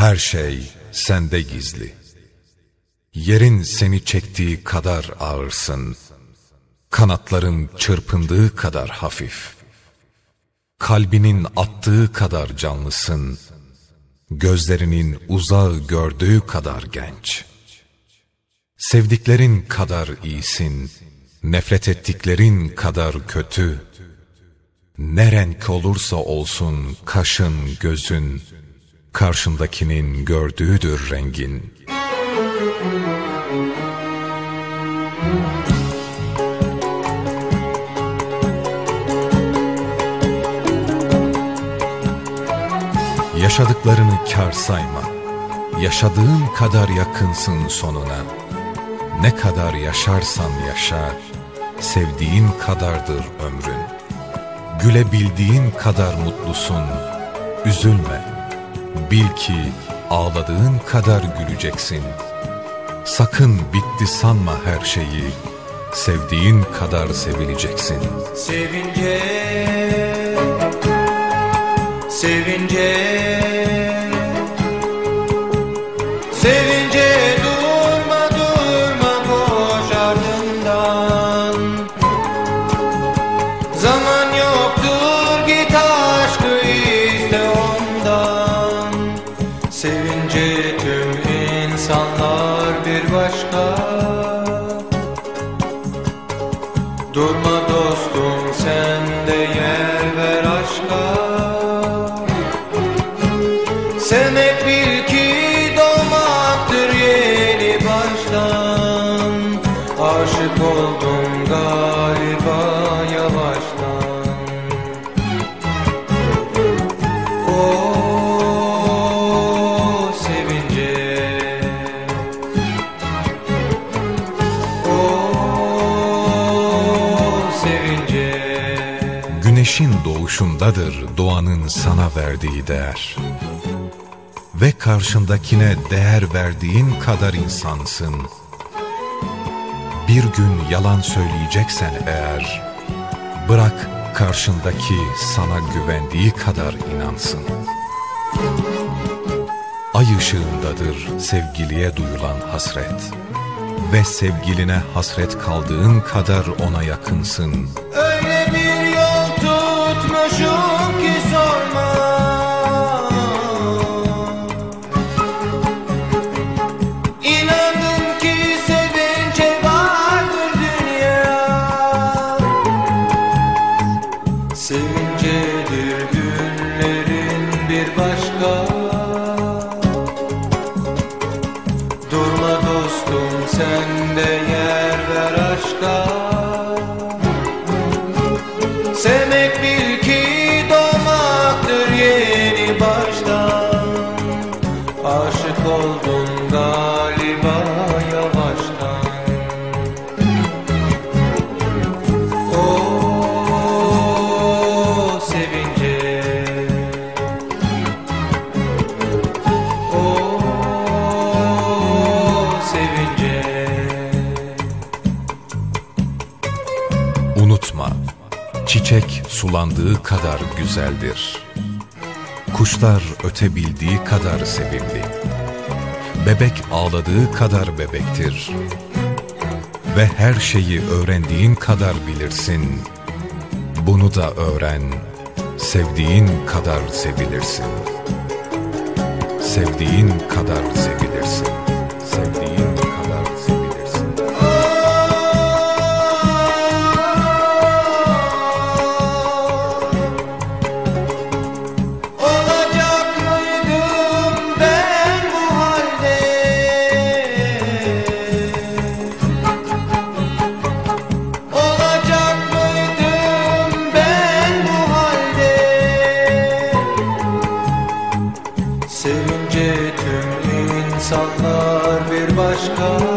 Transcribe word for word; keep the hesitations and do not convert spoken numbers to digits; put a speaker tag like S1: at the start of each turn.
S1: Her şey sende gizli. Yerin seni çektiği kadar ağırsın. Kanatların çırpındığı kadar hafif. Kalbinin attığı kadar canlısın. Gözlerinin uzağı gördüğü kadar genç. Sevdiklerin kadar iyisin. Nefret ettiklerin kadar kötü. Ne renk olursa olsun kaşın, gözün, karşındakinin gördüğüdür rengin. Yaşadıklarını kâr sayma. Yaşadığın kadar yakınsın sonuna. Ne kadar yaşarsan yaşa, sevdiğin kadardır ömrün. Gülebildiğin kadar mutlusun, üzülme. Bil ki ağladığın kadar güleceksin. Sakın bitti sanma her şeyi, sevdiğin kadar sevileceksin.
S2: Sevince, sevince, sevince durma durma koş ardından. Zaman yoktur, git aşkı iste ondan. Sevince tüm insanlar bir başka. Durma dostum, sen de yer ver aşka. Sevmek bil ki doğmaktır yeni baştan. Aşık oldum galiba yavaştan. Oh sevince, oh sevince.
S1: Güneşin doğuşundadır doğanın sana verdiği değer. Ve karşındakine değer verdiğin kadar insansın. Bir gün yalan söyleyeceksen eğer, bırak karşındaki sana güvendiği kadar inansın. Ay ışığındadır sevgiliye duyulan hasret. Ve sevgiline hasret kaldığın kadar ona yakınsın.
S2: Öyle bir yol tutmuşum ki sorma. İnandım ki sevince vardır dünya. Sevincedir günlerin bir başka. Durma dostum, sen de yer ver aşka. Sevmek bil ki doğmaktır yeni baştan. Aşık oldum galiba yavaştan. Oh sevince, oh sevince.
S1: Unutma, çiçek sulandığı kadar güzeldir. Kuşlar ötebildiği kadar sevimli. Bebek ağladığı kadar bebektir. Ve her şeyi öğrendiğin kadar bilirsin. Bunu da öğren, sevdiğin kadar sevilirsin. Sevdiğin kadar sevilirsin. Sevdiğin kadar sevilirsin.
S2: Olacak mıydım ben bu halde? Olacak mıydım ben bu halde? Sevince tüm insanlar bir başka.